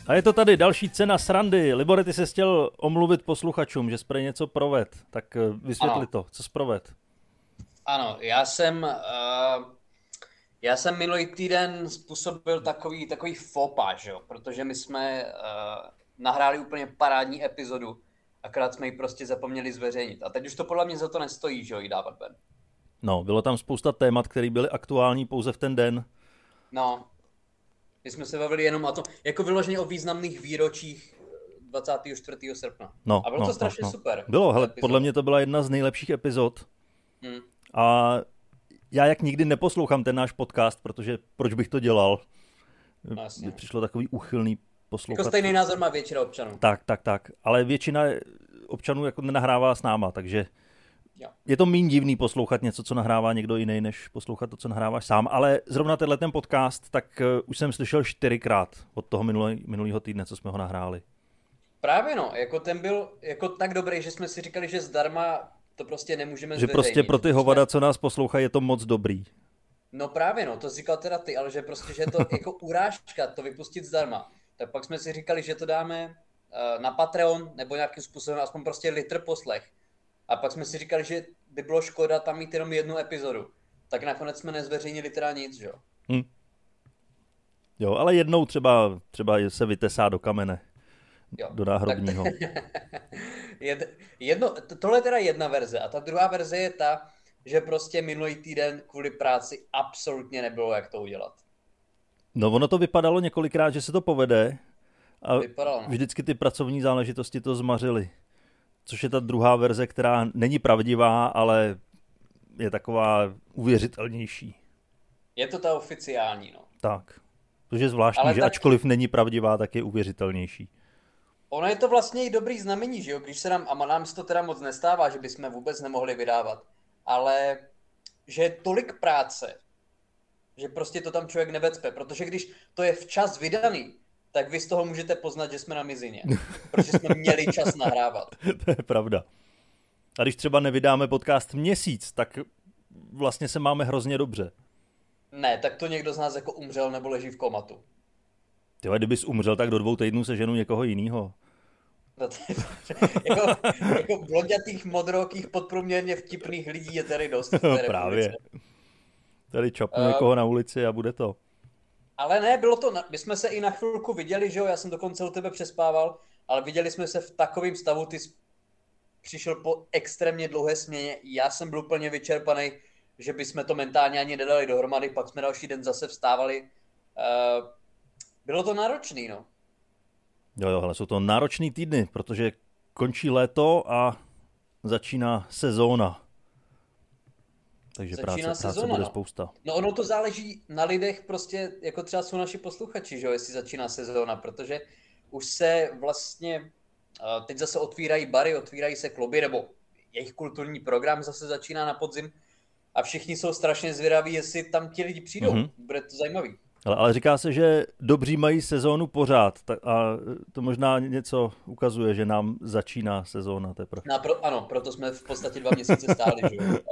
A je to tady další cena srandy. Libore, ty se chtěl omluvit posluchačům, že jsi prej něco proved. Tak vysvětli to, co jsi proved. Ano, já jsem minulý týden způsobil takový faux pas, jo? Protože my jsme nahráli úplně parádní epizodu, akorát jsme ji prostě zapomněli zveřejnit. A teď už to podle mě za to nestojí, že jo, ji dávat ven. No, bylo tam spousta témat, které byly aktuální pouze v ten den. No, my jsme se bavili jenom o tom, jako vyloženě o významných výročích 24. srpna. No, a bylo to strašně super. Bylo, hele, podle mě to byla jedna z nejlepších epizod. A já jak nikdy neposlouchám ten náš podcast, protože proč bych to dělal? Vlastně. Přišlo takový úchylný poslouchat. Jako stejný názor má většina občanů. Tak. Ale většina občanů jako nenahrává s náma, takže jo. Je to méně divný poslouchat něco, co nahrává někdo jiný, než poslouchat to, co nahráváš sám. Ale zrovna ten podcast, tak už jsem slyšel 4krát od toho minulého týdne, co jsme ho nahráli. Právě no, jako ten byl jako tak dobrý, že jsme si říkali, že zdarma to prostě nemůžeme že zveřejnit. Prostě pro ty hovada, co nás poslouchají, je to moc dobrý. No právě no, to říkal teda ty, ale že prostě, že je to jako urážka to vypustit zdarma. Tak pak jsme si říkali, že to dáme na Patreon nebo nějakým způsobem, aspoň prostě litr poslech. A pak jsme si říkali, že by bylo škoda tam mít jenom jednu epizodu. Tak nakonec jsme nezveřejnili teda nic, že jo? Jo, ale jednou třeba se vytesá do kamene. Jo, do náhrobního. Tohle je teda jedna verze a ta druhá verze je ta, že prostě minulý týden kvůli práci absolutně nebylo, jak to udělat. No ono to vypadalo několikrát, že se to povede a vypadalo, no. Vždycky ty pracovní záležitosti to zmařily. Což je ta druhá verze, která není pravdivá, ale je taková uvěřitelnější. Je to ta oficiální, no. Tak. Což je zvláštní, ale že ačkoliv není pravdivá, tak je uvěřitelnější. Ono je to vlastně i dobrý znamení, že jo, když se nám se to teda moc nestává, že bychom vůbec nemohli vydávat, ale že je tolik práce, že prostě to tam člověk nevecpe, protože když to je včas vydaný, tak vy z toho můžete poznat, že jsme na mizině, protože jsme měli čas nahrávat. To je pravda. A když třeba nevydáme podcast měsíc, tak vlastně se máme hrozně dobře. Ne, tak to někdo z nás jako umřel nebo leží v komatu. Tyhle, kdybys umřel, tak do 2 týdnů seženu někoho jinýho. jako blondětých, modrokých, podprůměrně vtipných lidí je tady dost. No, právě. Tady čapnu někoho na ulici a bude to. Ale ne, bylo to, my jsme se i na chvilku viděli, že jo, já jsem dokonce u tebe přespával, ale viděli jsme se v takovém stavu, ty přišel po extrémně dlouhé směně, já jsem byl úplně vyčerpaný, že bychom to mentálně ani nedali dohromady, pak jsme další den zase vstávali. Bylo to náročný, no. Jo, ale jsou to náročný týdny, protože končí léto a začíná sezóna. Takže práce bude spousta. No ono to záleží na lidech prostě, jako třeba jsou naši posluchači, že jo, jestli začíná sezóna, protože už se vlastně, teď zase otvírají bary, otvírají se kluby, nebo jejich kulturní program zase začíná na podzim a všichni jsou strašně zvědaví, jestli tam ti lidi přijdou. Bude to zajímavý. Ale říká se, že dobří mají sezónu pořád a to možná něco ukazuje, že nám začíná sezóna teprve. Ano, proto jsme v podstatě 2 měsíce stáli, že jo.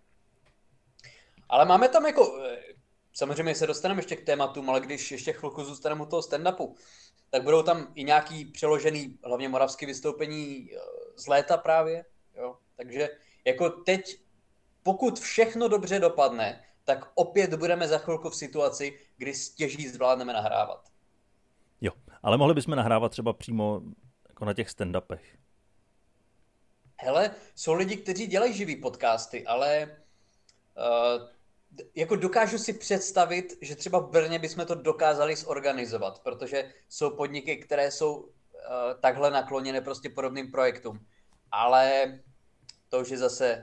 Ale máme tam jako, samozřejmě se dostaneme ještě k tématům, ale když ještě chvilku zůstaneme u toho stand-upu, tak budou tam i nějaký přeložený, hlavně moravský vystoupení z léta právě, jo. Takže jako teď, pokud všechno dobře dopadne, tak opět budeme za chvilku v situaci, kdy stěží zvládneme nahrávat. Jo, ale mohli bychom nahrávat třeba přímo jako na těch stand-upech. Hele, jsou lidi, kteří dělají živý podcasty, ale jako dokážu si představit, že třeba v Brně bychom to dokázali zorganizovat, protože jsou podniky, které jsou takhle nakloněné prostě podobným projektům. Ale to už je zase...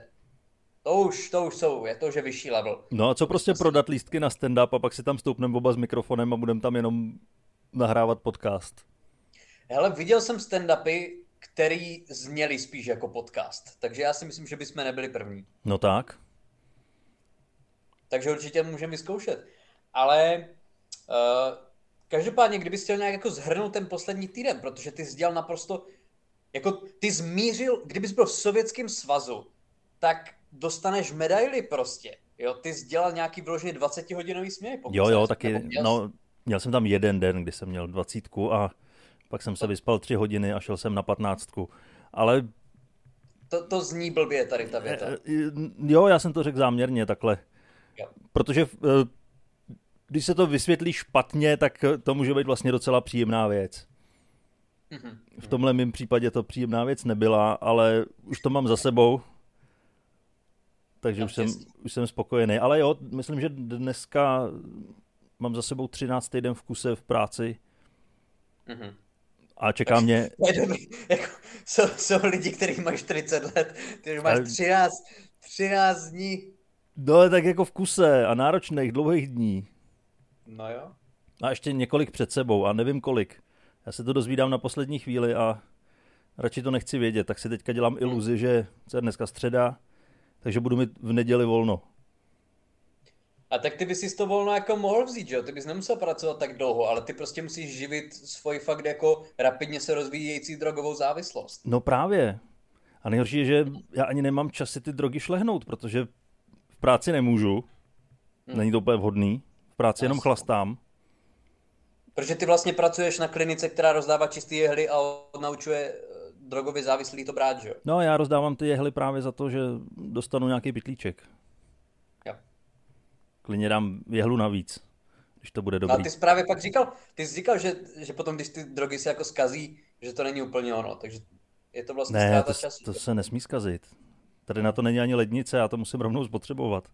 To už je vyšší level. No a co prostě prodat lístky na stand-up a pak si tam stoupneme oba s mikrofonem a budeme tam jenom nahrávat podcast? Hele, viděl jsem stand-upy, který zněli spíš jako podcast. Takže já si myslím, že bychom nebyli první. No tak. Takže určitě můžeme vyzkoušet. Ale každopádně, kdybys chtěl nějak jako zhrnout ten poslední týden, protože ty jsi dělal naprosto... Jako ty zmířil, kdybys byl v Sovětském svazu, tak dostaneš medaily prostě. Jo, ty jsi dělal nějaký vyloženě 20-hodinový směj. Jo, taky, no, měl jsem tam jeden den, kdy jsem měl 20 a Pak jsem se vyspal 3 hodiny a šel jsem na 15. Ale... To zní blbě tady ta věta. Jo, já jsem to řekl záměrně takhle. Jo. Protože když se to vysvětlí špatně, tak to může být vlastně docela příjemná věc. V tomhle mém případě to příjemná věc nebyla, ale už to mám za sebou. Takže už jsem spokojený. Ale jo, myslím, že dneska mám za sebou 13. den v kuse v práci. A čeká mě... Jsou lidi, kteří mají 40 let, ty máš 13 dní. No, tak jako v kuse a náročných, dlouhých dní. No jo. A ještě několik před sebou a nevím kolik. Já se to dozvídám na poslední chvíli a radši to nechci vědět, tak si teďka dělám iluzi, že je dneska středa, takže budu mít v neděli volno. A tak ty bys si to volno jako mohl vzít, že? Ty bys nemusel pracovat tak dlouho, ale ty prostě musíš živit svoji fakt jako rapidně se rozvíjející drogovou závislost. No právě. A nejhorší je, že já ani nemám čas si ty drogy šlehnout, protože v práci nemůžu. Není to úplně vhodný. V práci jenom chlastám. Protože ty vlastně pracuješ na klinice, která rozdává čistý jehly a naučuje drogově závislý to brát, že? No, já rozdávám ty jehly právě za to, že dostanu nějaký pytlíček. Jo. Klidně dám jehlu navíc, když to bude dobrý. No a ty jsi právě pak říkal, že potom, když ty drogy se jako skazí, že to není úplně ono, takže je to vlastně ztráta času. Ne, to se nesmí skazit. Tady na to není ani lednice, já to musím rovnou spotřebovat.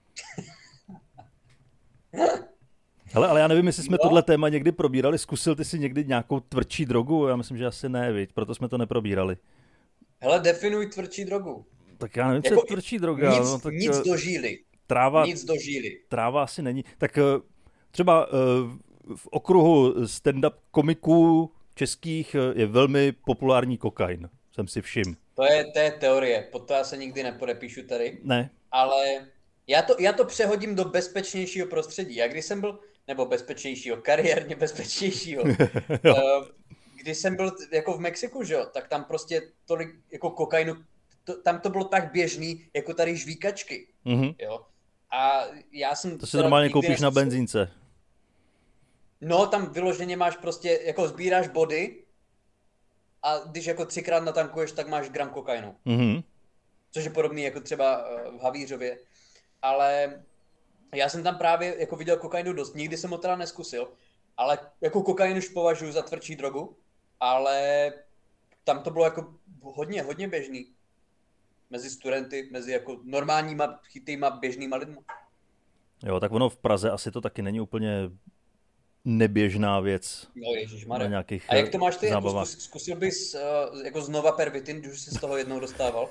Hele, ale já nevím, jestli jsme tohle téma někdy probírali. Zkusil ty si někdy nějakou tvrdší drogu? Já myslím, že asi ne, viď? Proto jsme to neprobírali. Hele, definuj tvrdší drogu. Tak já nevím, co je tvrdší droga. Nic do žíly. Nic do žíly. Tráva asi není. Tak třeba v okruhu stand-up komiků českých je velmi populární kokain. Jsem si všiml. To je teorie. Pod to já se nikdy nepodepíšu tady. Ne. Ale já to přehodím do bezpečnějšího prostředí. Já když jsem byl, nebo bezpečnějšího, kariérně bezpečnějšího, když jsem byl jako v Mexiku, že jo, tak tam prostě tolik jako kokainu, tam to bylo tak běžný, jako tady žvíkačky, jo. A já jsem... To si normálně koupíš na benzínce. No, tam vyloženě máš prostě, jako sbíráš body a když jako 3krát natankuješ, tak máš gram kokainu. Což je podobný jako třeba v Havířově. Ale já jsem tam právě jako viděl kokainu dost, nikdy jsem ho teda neskusil, ale jako kokain už považuji za tvrdší drogu, ale tam to bylo jako hodně běžný. Mezi studenty, mezi jako normálníma, chytýma, běžnýma lidma. Jo, tak ono v Praze asi to taky není úplně neběžná věc. No ježišmarja. A jak to máš ty? Jako zkusil bys jako znova pervitin, když jsi z toho jednou dostával?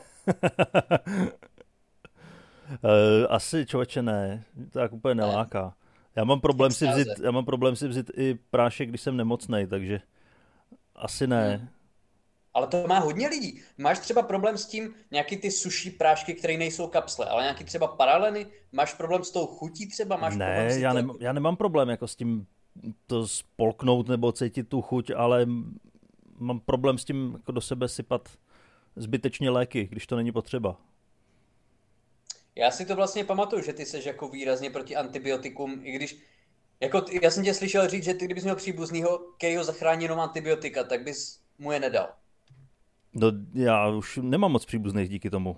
Asi, člověče, ne. To tak úplně neláká. Já mám problém si vzít i prášek, když jsem nemocnej, takže asi ne. Ale to má hodně lidí. Máš třeba problém s tím, nějaký ty suší prášky, které nejsou kapsle, ale nějaký třeba paraleny? Máš problém s tou chutí třeba? Já nemám problém jako s tím to spolknout nebo cítit tu chuť, ale mám problém s tím jako do sebe sypat zbytečně léky, když to není potřeba. Já si to vlastně pamatuju, že ty seš jako výrazně proti antibiotikům, i když, jako já jsem tě slyšel říct, že ty kdybys měl příbuznýho, který ho zachrání jenom antibiotika, tak bys mu je nedal. No, já už nemám moc příbuzných díky tomu.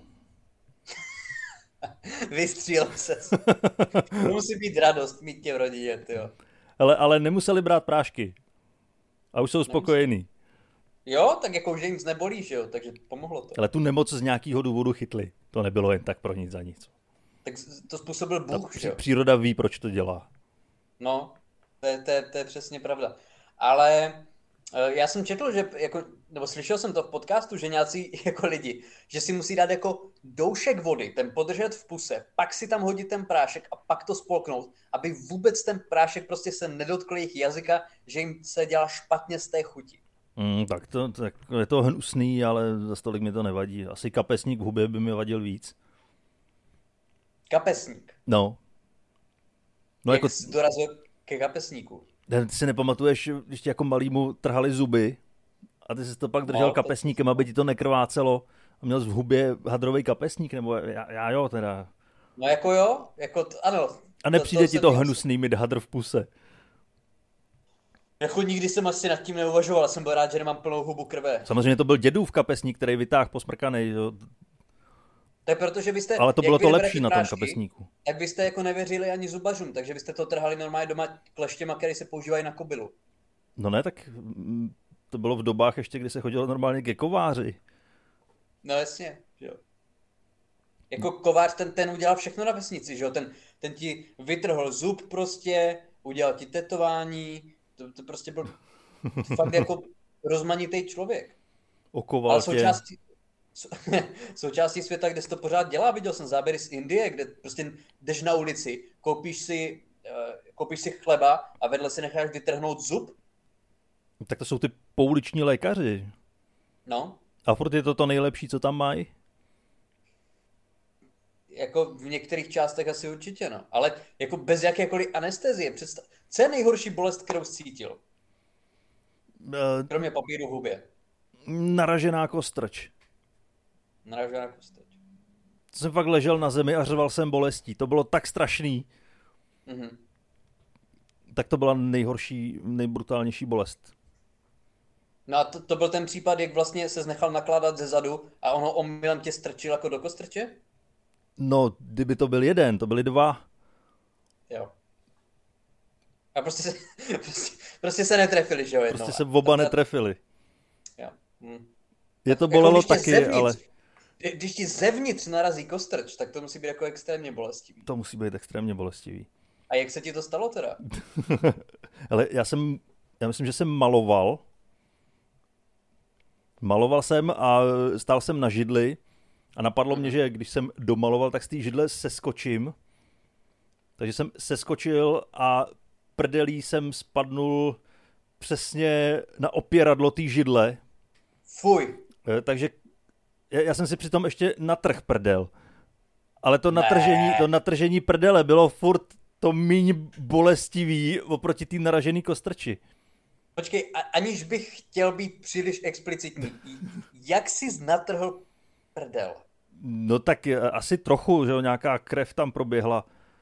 Vystřílel ses. To musí být radost mít tě v rodině, tyjo. Ale nemuseli brát prášky. A už jsou spokojení. Jo, tak jako už nic nebolí, že jo, takže pomohlo to. Ale tu nemoc z nějakého důvodu chytli. To nebylo jen tak pro nic za nic. Tak to způsobil Bůh, že jo. Příroda ví, proč to dělá. No, to je přesně pravda. Ale já jsem četl, že jako, nebo slyšel jsem to v podcastu, že nějací jako lidi, že si musí dát jako doušek vody, ten podržet v puse, pak si tam hodit ten prášek a pak to spolknout, aby vůbec ten prášek prostě se nedotkl jejich jazyka, že jim se dělá špatně z té chuti. Tak je to hnusný, ale za tolik mi to nevadí. Asi kapesník v hubě by mi vadil víc. Kapesník? No. Jak jako... jsi dorazil ke kapesníku? Ty si nepamatuješ, když ti jako malýmu trhali zuby a ty jsi to pak držel kapesníkem, aby ti to nekrvácelo a měl jsi v hubě hadrový kapesník, nebo já jo teda. No jako jo, jako ano. A nepřijde ti to hnusný mít hadr v puse. Jako nikdy jsem asi nad tím neuvažoval, jsem byl rád, že nemám plnou hubu krve. Samozřejmě to byl dědův kapesník, který vytáhl posmrkanej. To je proto, že byste, Ale to bylo jak to vy lepší neberete na tom prášky, kapesníku. tak byste jako nevěřili ani zubařům, takže byste to trhali normálně doma kleštěma, které se používají na kobylu. No ne, tak to bylo v dobách ještě, kdy se chodilo normálně ke kováři. No jasně, že jo. Jako kovář, ten udělal všechno na vesnici, že jo, ten ti vytrhl zub prostě, udělal ti tetování, to prostě byl fakt jako rozmanitý člověk. Okoval Ale tě. součástí světa, kde se to pořád dělá, viděl jsem záběry z Indie, kde prostě jdeš na ulici, koupíš si chleba a vedle si necháš vytrhnout zub. Tak to jsou ty pouliční lékaři. No. A furt je to nejlepší, co tam mají? Jako v některých částech asi určitě, no. Ale jako bez jakékoliv anestezie. Co je nejhorší bolest, kterou jsi cítil? Kromě papíru v hubě. Naražená kostrč. Naražená kostrč. Jsem fakt ležel na zemi a řval jsem bolestí. To bylo tak strašný. Mhm. Tak to byla nejhorší, nejbrutálnější bolest. No a to byl ten případ, jak vlastně se nechal nakládat ze zadu a ono omylem tě strčil jako do kostrče? No, kdyby to byl jeden, to byly dva. Jo. A prostě se netrefili, že jo, jednou. Prostě se oba netrefili. Jo. Je to bolelo jako, taky, ale... Když ti zevnitř narazí kostrč, tak to musí být jako extrémně bolestivý. To musí být extrémně bolestivý. A jak se ti to stalo teda? Ale já myslím, že jsem maloval. Maloval jsem a stál jsem na židli a napadlo mě, že když jsem domaloval, tak z té židle seskočím. Takže jsem seskočil a prdelí jsem spadnul přesně na opěradlo té židle. Fuj. Takže já jsem si přitom ještě natrh prdel. Ale to natržení prdele bylo furt to míň bolestivý oproti té naražený kostrči. Počkej, aniž bych chtěl být příliš explicitní, jak jsi natrhl prdel? No tak asi trochu, že jo, nějaká krev tam proběhla.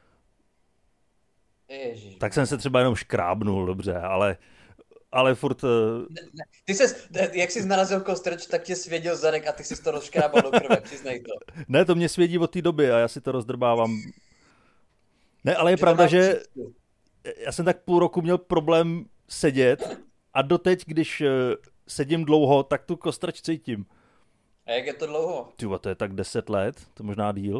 Ježiš. Tak jsem se třeba jenom škrábnul, dobře, ale furt... Jak jsi narazil kostrč, tak tě svěděl zadek a ty jsi to rozškrábal do krve, přiznej to. Ne, to mě svědí od té doby a já si to rozdrbávám. Ne, ale je pravda, že já jsem tak půl roku měl problém sedět a doteď, když sedím dlouho, tak tu kostrč cítím. A jak je to dlouho? Tyva, to je tak 10 let, to možná díl.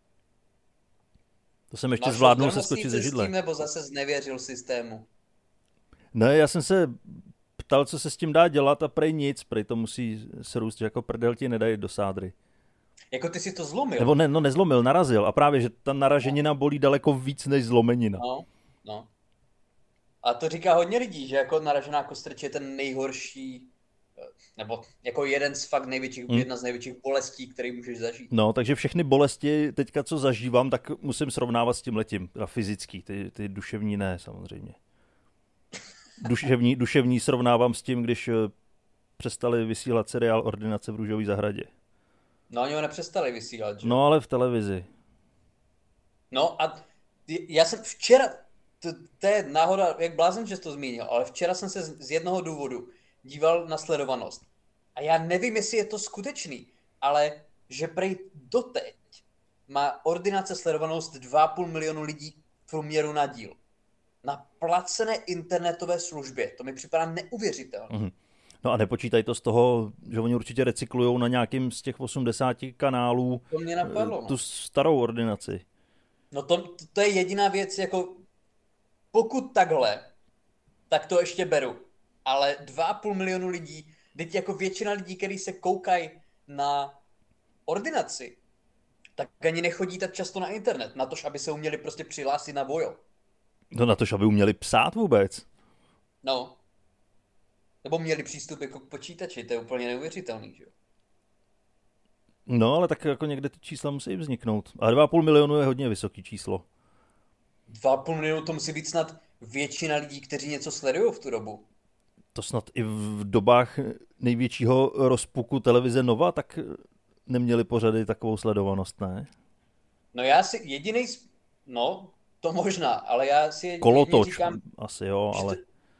To jsem ještě zvládnul seskočit ze židle. Nebo zase znevěřil systému? Ne, já jsem se ptal, co se s tím dá dělat a prej nic, prej to musí srůst, že jako prdel ti nedají do sádry. Jako ty si to zlomil? Nebo ne, no nezlomil, narazil a právě, že ta naraženina bolí daleko víc než zlomenina. No. A to říká hodně lidí, že jako naražená kostrč je ten nejhorší, nebo jako jedna z největších bolestí, který můžeš zažít. No, takže všechny bolesti teďka, co zažívám, tak musím srovnávat s tímhletím, teda fyzický, ty duševní ne, samozřejmě. Duševní srovnávám s tím, když přestali vysílat seriál Ordinace v Růžové zahradě. No, oni ho nepřestali vysílat, že? No, ale v televizi. No a já jsem včera, to je náhoda, jak blázen, že jsi to zmínil, ale včera jsem se z jednoho důvodu díval na sledovanost. A já nevím, jestli je to skutečný, ale že prej doteď má Ordinace sledovanost 2,5 milionu lidí v průměru na díl. Na placené internetové službě. To mi připadá neuvěřitelné. No a nepočítají to z toho, že oni určitě recyklujou na nějakým z těch 80 kanálů to mě napadlo, tu starou Ordinaci. No to je jediná věc, jako pokud takhle, tak to ještě beru. Ale 2,5 milionu lidí, teď jako většina lidí, kteří se koukají na Ordinaci, tak ani nechodí tak často na internet, na to, aby se uměli prostě přihlásit na Vojo. No na to, aby uměli psát vůbec. No. Nebo měli přístup jako k počítači, to je úplně neuvěřitelný, že jo? No, ale tak jako někde ty čísla musí vzniknout. A 2,5 milionu je hodně vysoký číslo. 2,5 milionu to musí být snad většina lidí, kteří něco sledují v tu dobu. To snad i v dobách největšího rozpuku televize Nova, tak neměli pořady takovou sledovanost, ne? No já si no, to možná, ale já si Kolotoč, říkám, asi jo, ale...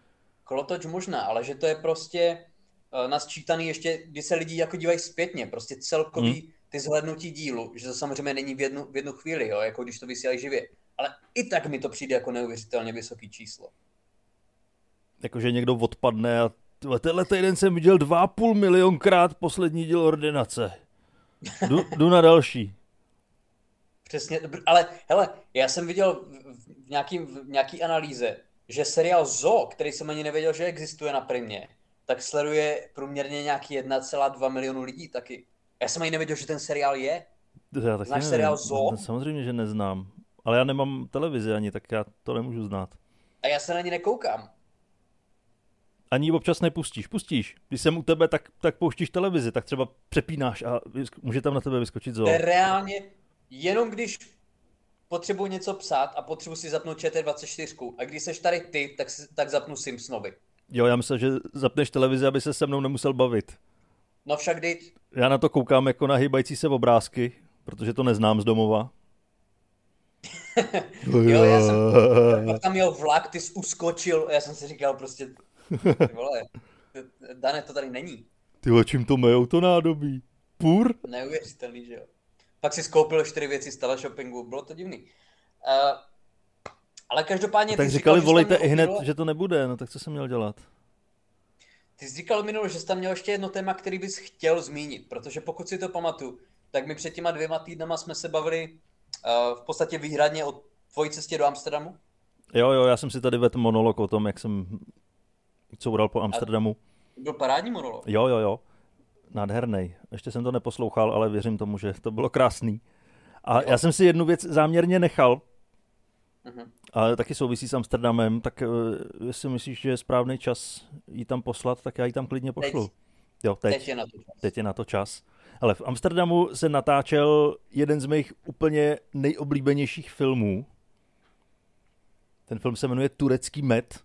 kolotoč možná, ale že to je prostě nasčítaný ještě, kdy se lidi jako dívají zpětně, prostě celkový ty zhlédnutí dílu, že to samozřejmě není v jednu chvíli, jo, jako když to vysílají živě. Ale i tak mi to přijde jako neuvěřitelně vysoký číslo. Jakože někdo odpadne a tenhle týden jsem viděl 2,5 milionkrát poslední díl Ordinace. Jdu na další. Přesně, ale hele, já jsem viděl v nějaký analýze, že seriál Zoo, který jsem ani nevěděl, že existuje na Primě, tak sleduje průměrně nějaký 1,2 milionu lidí taky. Já jsem ani nevěděl, že ten seriál je. Znáš seriál Zoo? Samozřejmě, že neznám. Ale já nemám televizi ani, tak já to nemůžu znát. A já se na ní nekoukám. Ani občas nepustíš. Pustíš. Když jsem u tebe, tak pouštíš televizi, tak třeba přepínáš a může tam na tebe vyskočit Zoo. To je reálně, jenom když potřebuji něco psát a potřebuji si zapnout ČT24 a když seš tady ty, tak zapnu Simpsonovi. Jo, já myslím, že zapneš televizi, aby se mnou nemusel bavit. No však teď. Já na to koukám jako na hýbající se obrázky, protože to neznám z domova. Jo, já jsem pak tam měl vlak, ty jsi uskočil, já jsem si říkal prostě, ty vole, Dane, to tady není. Ty o čím to majou to nádobí? Půr? Neuvěřitelný, že jo. Pak si skoupil 4 věci z teleshoppingu, bylo to divný. Ale každopádně... Tak říkali, volejte i hned, že to nebude, no tak co jsem měl dělat? Ty jsi říkal minule, že jsi tam měl ještě jedno téma, který bys chtěl zmínit, protože pokud si to pamatuju, tak my před těma 2 týdnama jsme se bavili v podstatě výhradně o tvojí cestě do Amsterdamu. Jo, já jsem si tady vedl monolog o tom, jak jsem coural po Amsterdamu. Byl parádní monolog. Jo. Nádherný. Ještě jsem to neposlouchal, ale věřím tomu, že to bylo krásný. A já jsem si jednu věc záměrně nechal, ale taky souvisí s Amsterdamem, tak jestli myslíš, že je správný čas jí tam poslat, tak já ji tam klidně pošlu. Teď je na to čas. Ale v Amsterdamu se natáčel jeden z mých úplně nejoblíbenějších filmů. Ten film se jmenuje Turecký med.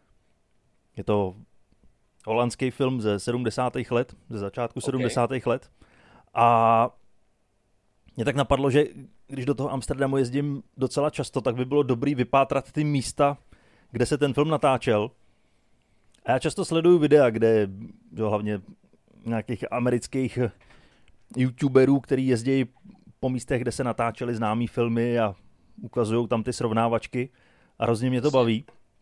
Je to holandský film ze 70. let, ze začátku 70. let. A mě tak napadlo, že když do toho Amsterdamu jezdím docela často, tak by bylo dobrý vypátrat ty místa, kde se ten film natáčel. A já často sleduju videa, kde hlavně nějakých amerických youtuberů, kteří jezdí po místech, kde se natáčely známý filmy a ukazují tam ty srovnávačky a hrozně mě to baví.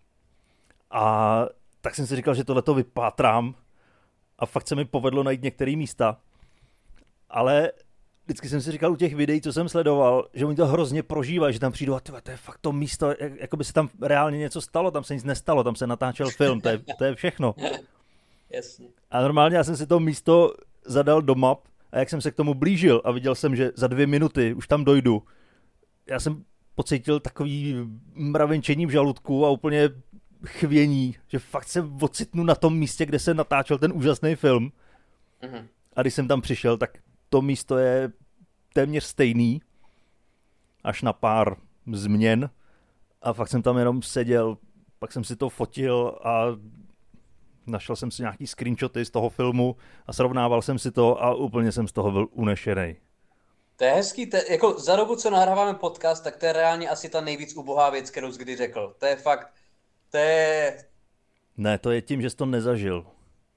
A tak jsem si říkal, že tohleto vypátrám a fakt se mi povedlo najít některé místa. Ale vždycky jsem si říkal u těch videí, co jsem sledoval, že oni to hrozně prožívají, že tam přijdou a to je fakt to místo, jako by se tam reálně něco stalo, tam se nic nestalo, tam se natáčel film, to je všechno. Jasně. A normálně já jsem si to místo zadal do map a jak jsem se k tomu blížil a viděl jsem, že za 2 minuty už tam dojdu, já jsem pocítil takový mravenčení v žaludku a úplně chvění, že fakt se ocitnu na tom místě, kde se natáčel ten úžasný film. A když jsem tam přišel, tak to místo je téměř stejný, až na pár změn. A fakt jsem tam jenom seděl, pak jsem si to fotil a našel jsem si nějaký screenshoty z toho filmu a srovnával jsem si to a úplně jsem z toho byl unešenej. To je hezký, jako za dobu, co nahráváme podcast, tak to je reálně asi ta nejvíc ubohá věc, kterou jsi kdy řekl. To je fakt, to je... Ne, to je tím, že jsi to nezažil.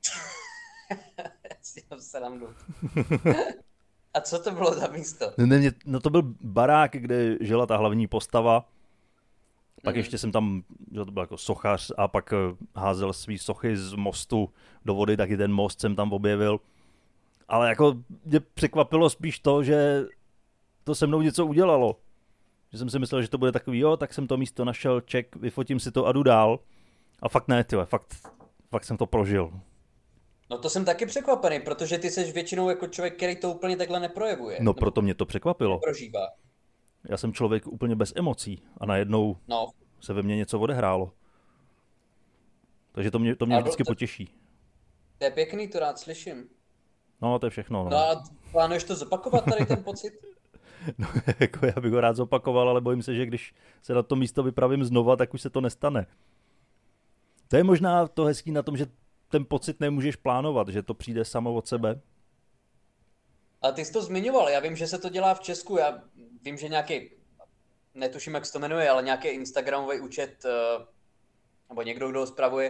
Si tam srandu. A co to bylo za místo? No to byl barák, kde žila ta hlavní postava. Pak ještě jsem tam, že to byl jako sochař a pak házel svý sochy z mostu do vody, taky ten most jsem tam objevil. Ale jako mě překvapilo spíš to, že to se mnou něco udělalo. Že jsem si myslel, že to bude takový, tak jsem to místo našel, vyfotím si to a jdu dál. A fakt ne, fakt jsem to prožil. No to jsem taky překvapený, protože ty seš většinou jako člověk, který to úplně takhle neprojevuje. No proto mě to překvapilo. Neprožívá. Já jsem člověk úplně bez emocí a najednou se ve mně něco odehrálo. Takže to mě vždycky potěší. To je pěkný, to rád slyším. No, to je všechno. No a plánuješ to zopakovat tady ten pocit? No, jako já bych ho rád zopakoval, ale bojím se, že když se na to místo vypravím znova, tak už se to nestane. To je možná to hezký na tom, že ten pocit nemůžeš plánovat, že to přijde samo od sebe. A ty jsi to zmiňoval, já vím, že se to dělá v Česku, já vím, že nějaký, netuším, jak se to jmenuje, ale nějaký Instagramový účet, nebo někdo, kdo ho spravuje,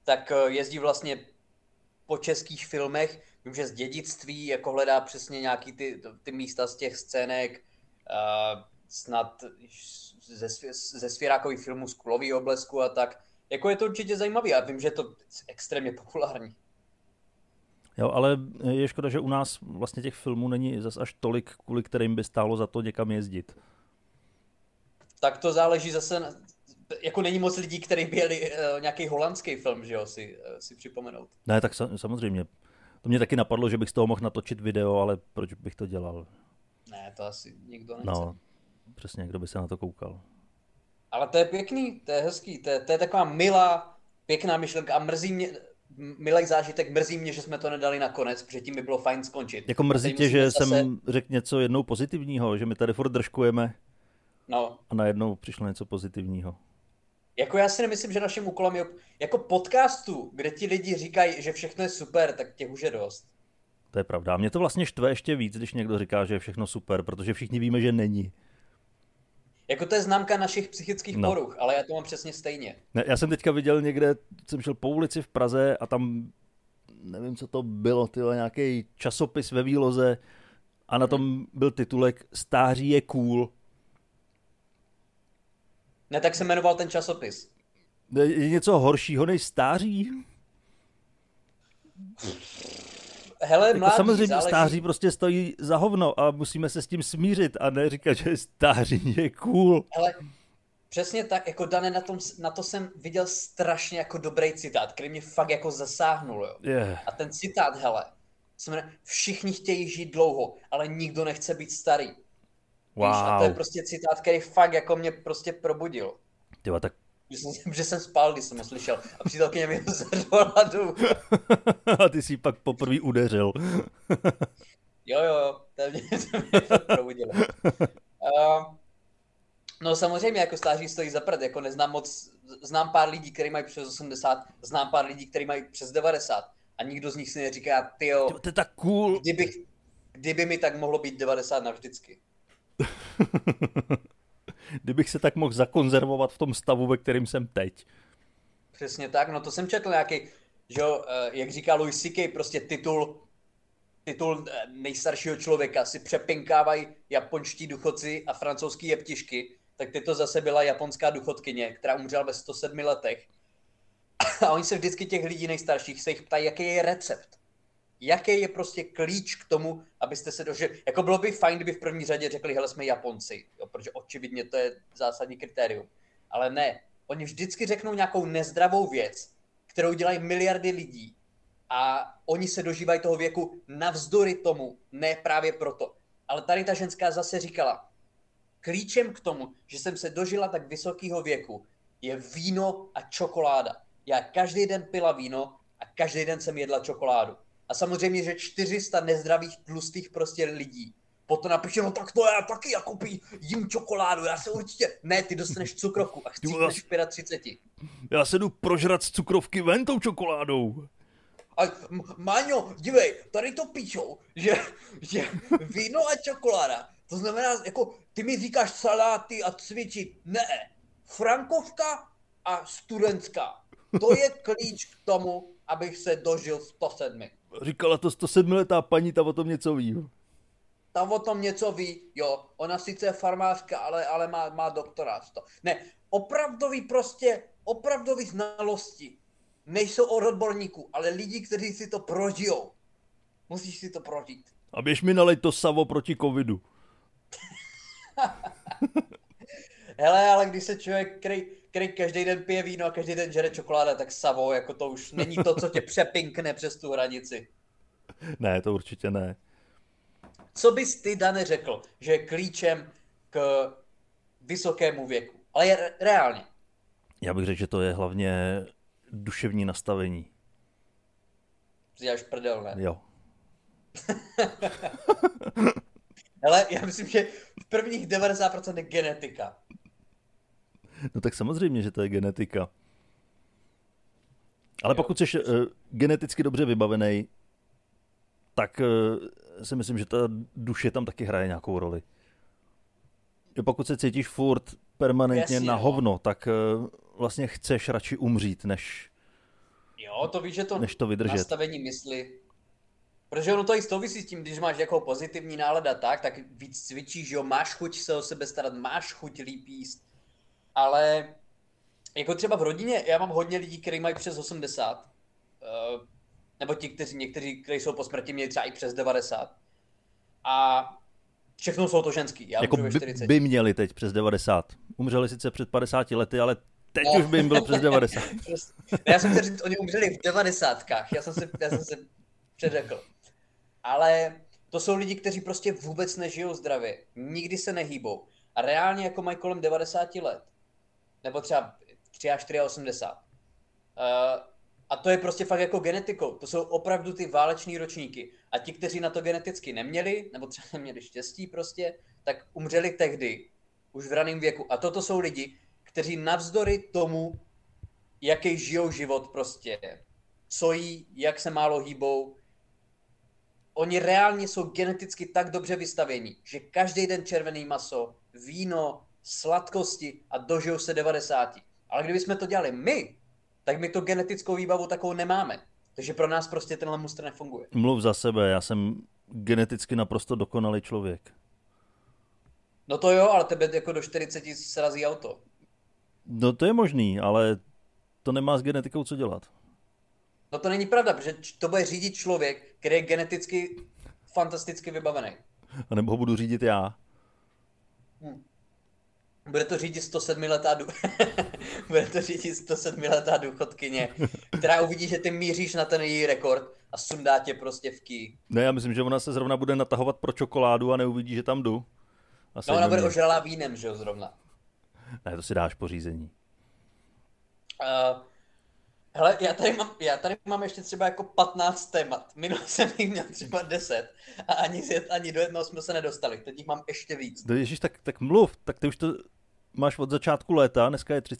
tak jezdí vlastně po českých filmech. Vím, že z dědictví jako hledá přesně nějaký ty místa z těch scének, snad ze svěrákových filmů z Kulový oblesku a tak. Jako je to určitě zajímavý a vím, že je to extrémně populární. Jo, ale je škoda, že u nás vlastně těch filmů není zas až tolik, kvůli kterým by stálo za to někam jezdit. Tak to záleží zase, jako není moc lidí, kteří byli nějaký holandský film, že jo, si připomenout. Ne, tak samozřejmě. To mě taky napadlo, že bych z toho mohl natočit video, ale proč bych to dělal? Ne, to asi nikdo nechce. No, přesně, kdo by se na to koukal. Ale to je pěkný, to je hezký, to je taková milá, pěkná myšlenka a mrzí mě, milý zážitek, mrzí mě, že jsme to nedali nakonec, protože tím by bylo fajn skončit. Jako mrzí tě, že jsem řekl něco jednou pozitivního, že my tady furt držkujeme a najednou přišlo něco pozitivního. Jako já si nemyslím, že naším úkolem je jako podcastu, kde ti lidi říkají, že všechno je super, tak těch už je dost. To je pravda. Mě to vlastně štve ještě víc, když někdo říká, že je všechno super, protože všichni víme, že není. Jako to je známka našich psychických poruch, ale já to mám přesně stejně. Ne, já jsem teďka viděl někde, jsem šel po ulici v Praze a tam, nevím, co to bylo, nějaký časopis ve výloze a na tom byl titulek Stáří je cool. Ne, tak se jmenoval ten časopis. Je něco horšího než stáří? Hele, jako mládí, samozřejmě záleží. Stáří prostě stojí za hovno a musíme se s tím smířit a ne říkat, že stáří je cool. Hele, přesně tak, jako Dane, na to jsem viděl strašně jako dobrý citát, který mě fakt jako zasáhnul, jo. Yeah. A ten citát, hele, se jmenuje Všichni chtějí žít dlouho, ale nikdo nechce být starý. Wow. Víš, a to je prostě citát, který fakt jako mě prostě probudil. Tyva, tak... Že jsem spal, když jsem ho slyšel a přítelkyně mi ho zařvala dolů. A ty jsi pak poprvé udeřil. Jo, to mě fakt probudilo. No samozřejmě jako stáří stojí za prd, jako neznám moc, znám pár lidí, kteří mají přes 80, znám pár lidí, kteří mají přes 90 a nikdo z nich si neříká, tyjo, to je tak cool. Kdyby mi tak mohlo být 90 navždycky. Kdybych se tak mohl zakonzervovat v tom stavu, ve kterém jsem teď. Přesně tak, no to jsem četl nějaký, že jo, jak říká Louis C.K., prostě titul nejstaršího člověka si přepinkávají japonští důchodci a francouzský jeptišky, tak to zase byla japonská důchodkyně, která umřela ve 107 letech. A oni se vždycky těch lidí nejstarších se jich ptají, jaký je recept. Jaký je prostě klíč k tomu, abyste se dožili. Jako bylo by fajn, kdyby v první řadě řekli, hele, jsme Japonci, jo, protože očividně to je zásadní kritérium. Ale ne, oni vždycky řeknou nějakou nezdravou věc, kterou dělají miliardy lidí a oni se dožívají toho věku navzdory tomu, ne právě proto. Ale tady ta ženská zase říkala, klíčem k tomu, že jsem se dožila tak vysokého věku, je víno a čokoláda. Já každý den pila víno a každý den jsem jedla čokoládu. A samozřejmě, že 400 nezdravých, tlustých prostě lidí potom napíše, no tak to já taky jako jím čokoládu, já se určitě, ne, ty dostaneš cukrovku a chcípneš v 35. Já se jdu prožrat z cukrovky ven tou čokoládou. A Máňo, dívej, tady to píšou, že víno a čokoláda, to znamená, jako ty mi říkáš saláty a cvičit, ne, frankovka a studentská, to je klíč k tomu, abych se dožil 107. Říkala to 107letá paní, ta o tom něco ví. Ta o tom něco ví, jo, ona sice je farmářka, ale má doktorát. Ne, opravdový znalosti nejsou od odborníků, ale lidi, kteří si to prožijou. Musíš si to prožít. A běž mi nalej to savo proti covidu. Hele, ale když se člověk, který každý den pije víno a každý den žere čokoláda, tak savo, jako to už není to, co tě přepinkne přes tu hranici. Ne, to určitě ne. Co bys ty, Dane, řekl, že je klíčem k vysokému věku? Ale je reálně. Já bych řekl, že to je hlavně duševní nastavení. Si děláš prdel, ne? Jo. Hele, já myslím, že v prvních 90% je genetika. No tak samozřejmě, že to je genetika. Ale pokud jsi geneticky dobře vybavený, tak si myslím, že ta duše tam taky hraje nějakou roli. Pokud se cítíš furt permanentně na hovno, tak vlastně chceš radši umřít, než Jo, to víš, že to, než to vydržet. Nastavení mysli. Protože ono to i souvisí s tím, když máš jako pozitivní nálada tak víc cvičíš, jo, máš chuť se o sebe starat, máš chuť líp jíst. Ale jako třeba v rodině, já mám hodně lidí, kteří mají přes 80. Nebo někteří, kteří jsou po smrti, měli třeba i přes 90. A všechno jsou to ženský. Já jako by měli teď přes 90. Umřeli sice před 50 lety, ale teď už by jim bylo přes 90. Já jsem chtěl říct, oni umřeli v 90kách. Já jsem se předřekl. Ale to jsou lidi, kteří prostě vůbec nežijou zdravě. Nikdy se nehýbou. A reálně jako mají kolem 90 let. Nebo třeba 83, 84. A to je prostě fakt jako genetikou. To jsou opravdu ty váleční ročníky. A ti, kteří na to geneticky neměli, nebo třeba neměli štěstí prostě, tak umřeli tehdy, už v raném věku. A toto jsou lidi, kteří navzdory tomu, jaký žijou život prostě, co jí, jak se málo hýbou, oni reálně jsou geneticky tak dobře vystavěni, že každý den červený maso, víno, sladkosti a dožijou se 90. Ale kdybychom to dělali my, tak my to genetickou výbavu takovou nemáme. Takže pro nás prostě tenhle mustr nefunguje. Mluv za sebe, já jsem geneticky naprosto dokonalý člověk. No to jo, ale tebe jako do 40 srazí auto. No to je možný, ale to nemá s genetikou co dělat. No to není pravda, protože to bude řídit člověk, který je geneticky fantasticky vybavený. A nebo ho budu řídit já. Bude to řídit 107letá důchodkyně, která uvidí, že ty míříš na ten její rekord a sundá tě prostě v ký. Ne, já myslím, že ona se zrovna bude natahovat pro čokoládu a neuvidí, že tam jdu. No ona bude ožralá vínem, že jo, zrovna. Ne, to si dáš pořízení. Hele, já tady mám ještě třeba jako 15 témat. Minule jsem jich měl třeba 10 a ani do jednoho jsme se nedostali. Teď jich mám ještě víc. No ježiš, tak mluv, tak ty už to máš od začátku léta, dneska je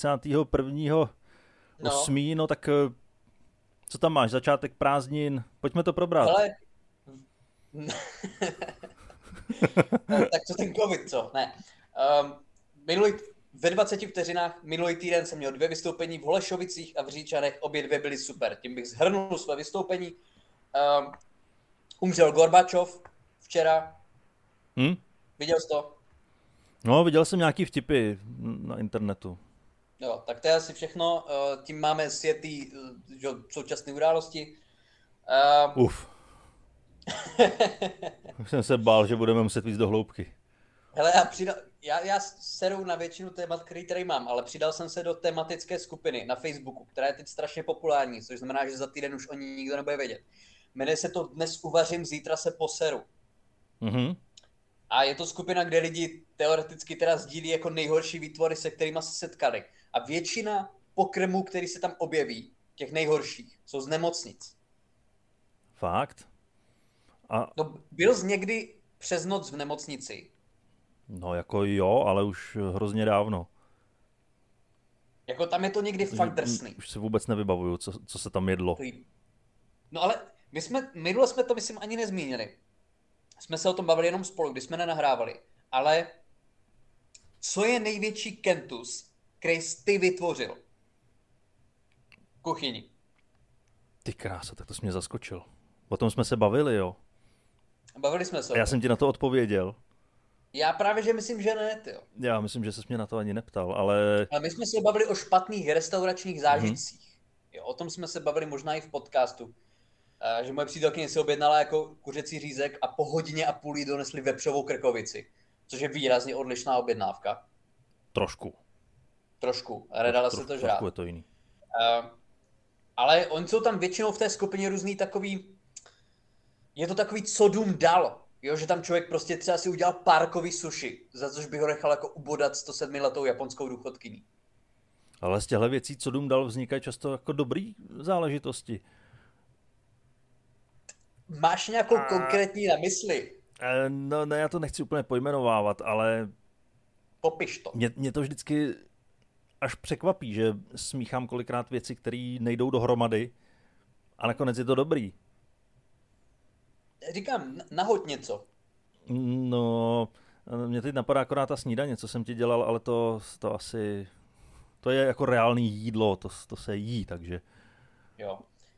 31.8. No tak co tam máš, začátek prázdnin, pojďme to probrat. Hele, tak co ten covid, co? Ne. Ve 20 vteřinách minulý týden jsem měl 2 vystoupení v Holešovicích a v Říčanech, obě 2 byly super. Tím bych shrnul své vystoupení. Umřel Gorbačov včera. Viděl jsi to? No, viděl jsem nějaký vtipy na internetu. Jo, tak to je asi všechno. Tím máme sjetý současné události. Už jsem se bál, že budeme muset víc do hloubky. Hele, já seru na většinu témat, který tady mám, ale přidal jsem se do tematické skupiny na Facebooku, která je teď strašně populární, což znamená, že za týden už o ní nikdo nebude vědět. Jmenuje se to Dnes uvařím, zítra se poseru. Mm-hmm. A je to skupina, kde lidi teoreticky teda sdílí jako nejhorší výtvory, se kterými se setkali. A většina pokrmů, který se tam objeví, těch nejhorších, jsou z nemocnic. Fakt? No, byl jsi někdy přes noc v nemocnici? No jako jo, ale už hrozně dávno. Jako tam je to někdy fakt drsný. Už si vůbec nevybavuju, co se tam jedlo. No ale minule jsme to myslím ani nezmínili. Jsme se o tom bavili jenom spolu, když jsme nenahrávali. Ale co je největší kentus, který jsi ty vytvořil? Kuchyni. Ty krása, tak to jsi mě zaskočil. O tom jsme se bavili, jo? Bavili jsme se. Já jsem ti na to odpověděl. Já právě, že myslím, že ne, tyjo. Já myslím, že ses mě na to ani neptal, ale... Ale my jsme se bavili o špatných restauračních zážitcích. Jo, o tom jsme se bavili možná i v podcastu. Že moje přítelkyně si objednala jako kuřecí řízek a po hodině a půl jí donesli vepřovou krkovici. Což je výrazně odlišná objednávka. Trošku. A nedala se to žrát. Trošku je to jiný. Ale oni jsou tam většinou v té skupině různý takový... Je to takový, co dům dal. Jo, že tam člověk prostě třeba si udělal párkový sushi, za což by ho nechal jako ubodat 107letou japonskou důchodkyní. Ale z těchto věcí, co dům dal, vznikají často jako dobrý záležitosti. Máš nějakou konkrétní na mysli? No ne, já to nechci úplně pojmenovávat, ale... Popiš to. Mě to vždycky až překvapí, že smíchám kolikrát věci, které nejdou dohromady a nakonec je to dobrý. Říkám, nahoď něco. No, mě teď napadá akorát ta snídaně, co jsem ti dělal, ale to asi... To je jako reálný jídlo, to se jí, takže... Jo.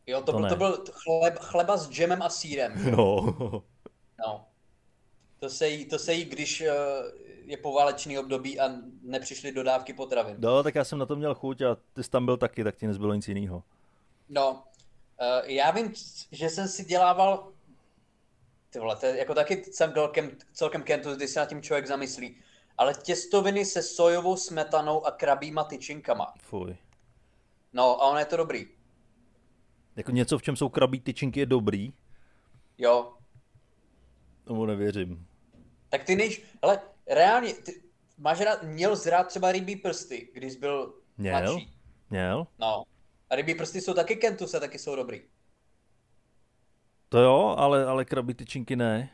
Jo, to byl chleba s džemem a sýrem. Jo. No. To se jí, když je poválečný období a nepřišly dodávky potravin. No, tak já jsem na to měl chuť a ty jsi tam byl taky, tak ti nezbylo nic jiného. No, já vím, že jsem si dělával, ty vole, to je jako taky celkem kentus, když se nad tím člověk zamyslí, ale těstoviny se sojovou smetanou a krabíma tyčinkama. Fuj. No, a ono je to dobrý. Jako něco, v čem jsou krabí tyčinky, je dobrý? Jo. Tomu nevěřím. Tak ty hele, reálně, ty měl zrát třeba rybí prsty, když byl mladší. Měl? No. A rybí prsty jsou taky kentus a taky jsou dobrý. To jo, ale krabí tyčinky ne.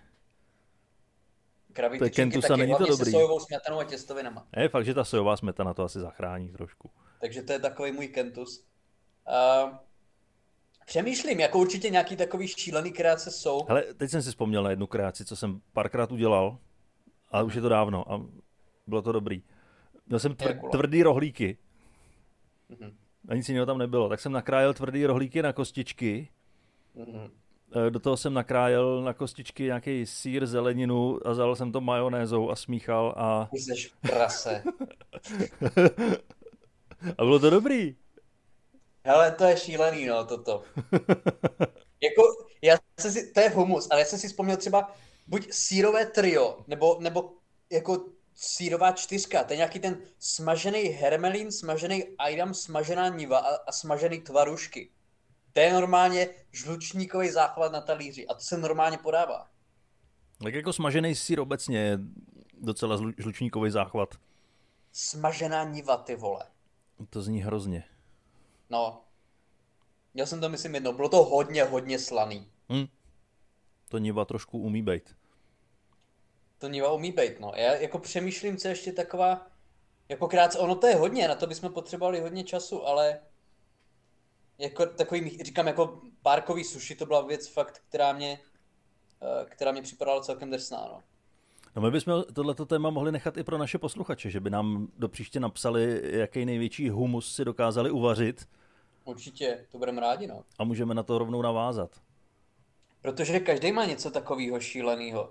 Krabí tyčinky taky, není to hlavně dobrý. se sojovou smetanou a těstovinama. Je fakt, že ta sojová smetana to asi zachrání trošku. Takže to je takový můj kentus. Přemýšlím, jako určitě nějaký takový šílený kreace jsou. Hele, teď jsem si vzpomněl na jednu kreaci, co jsem párkrát udělal, ale už je to dávno a bylo to dobrý. Měl jsem tvrdý rohlíky. A nic jiného tam nebylo. Tak jsem nakrájel tvrdý rohlíky na kostičky. Do toho jsem nakrájel na kostičky nějaký sýr, zeleninu a zalil jsem to majonézou a smíchal a... Ty seš prase. A bylo to dobrý. Hele, to je šílený, no, toto. Jako, to je humus, ale já jsem si vzpomněl třeba buď sýrové trio, nebo jako sýrová čtyřka, to je nějaký ten smažený hermelín, smažený ajdam, smažená niva a smažený tvarušky. To je normálně žlučníkový záchvat na talíři a to se normálně podává. Tak jako smažený sýr obecně je docela žlučníkový záchvat. Smažená niva, ty vole. To zní hrozně. No. Já jsem to myslím jednou, bylo to hodně slaný. To niva trošku umí bejt. To niva umí bejt, no. Já jako přemýšlím, co ještě taková, jako krátce, ono to je hodně, na to bychom potřebovali hodně času, ale jako takový, říkám, jako párkový sushi, to byla věc fakt, která mě připadala celkem drsná, no. No my bychom tohleto téma mohli nechat i pro naše posluchače, že by nám do příště napsali, jaký největší humus si dokázali uvařit. Určitě, to budeme rádi, no. A můžeme na to rovnou navázat. Protože každý má něco takového šíleného.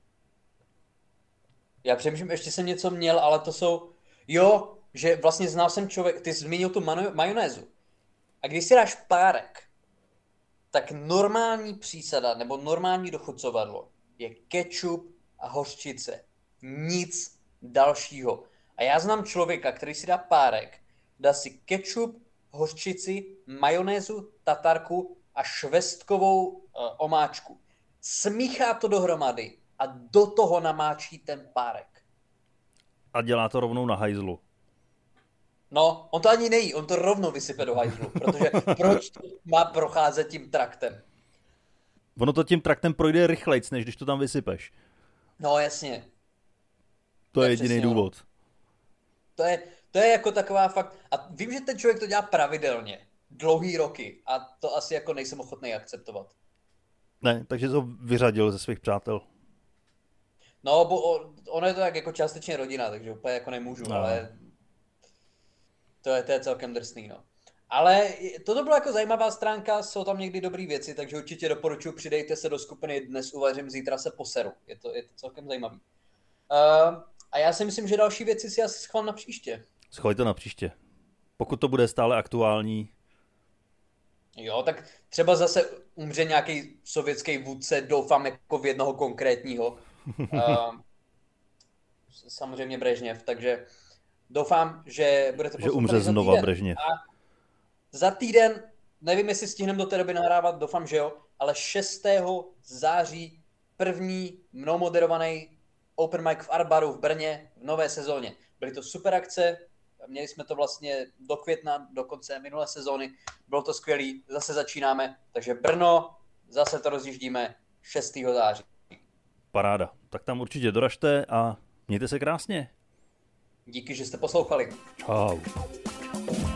Já přemýšlím, ještě jsem něco měl, ale to jsou... Jo, že vlastně znal jsem člověk, ty jsi zmínil tu majonézu. A když si dáš párek, tak normální přísada nebo normální dochucovadlo je kečup a hořčice. Nic dalšího. A já znám člověka, který si dá párek, dá si kečup, hořčici, majonézu, tatarku a švestkovou omáčku. Smíchá to dohromady a do toho namáčí ten párek. A dělá to rovnou na hajzlu. No, on to ani nejí, on to rovnou vysype do hajzlu, protože proč to má procházet tím traktem? Ono to tím traktem projde rychlejc, než když to tam vysypeš. No, jasně. To je jediný důvod. To je jako taková fakt... A vím, že ten člověk to dělá pravidelně. Dlouhý roky. A to asi jako nejsem ochotný akceptovat. Ne, takže to vyřadil ze svých přátel. No, bo ono je to tak jako částečně rodina, takže úplně jako nemůžu, no. Ale... To je celkem drsný, no. Ale toto byla jako zajímavá stránka, jsou tam někdy dobré věci, takže určitě doporučuji, přidejte se do skupiny Dnes uvařím, zítra se poseru. Je to celkem zajímavý. A já si myslím, že další věci si asi schovám na příště. Schovej to na příště. Pokud to bude stále aktuální. Jo, tak třeba zase umře nějaký sovětský vůdce, doufám jako v jednoho konkrétního. Samozřejmě Brežněv, takže doufám, že budete poslouchat. Že umře znova Brežněv. A za týden, nevím, jestli stihneme do té doby nahrávat, doufám, že jo, ale 6. září první mnou moderovaný Open Mic v Art Baru v Brně v nové sezóně. Byly to super akce, měli jsme to vlastně do května, do konce minulé sezóny, bylo to skvělý, zase začínáme, takže Brno, zase to rozjíždíme 6. září. Paráda, tak tam určitě doražte a mějte se krásně. Díky, že jste poslouchali. Čau.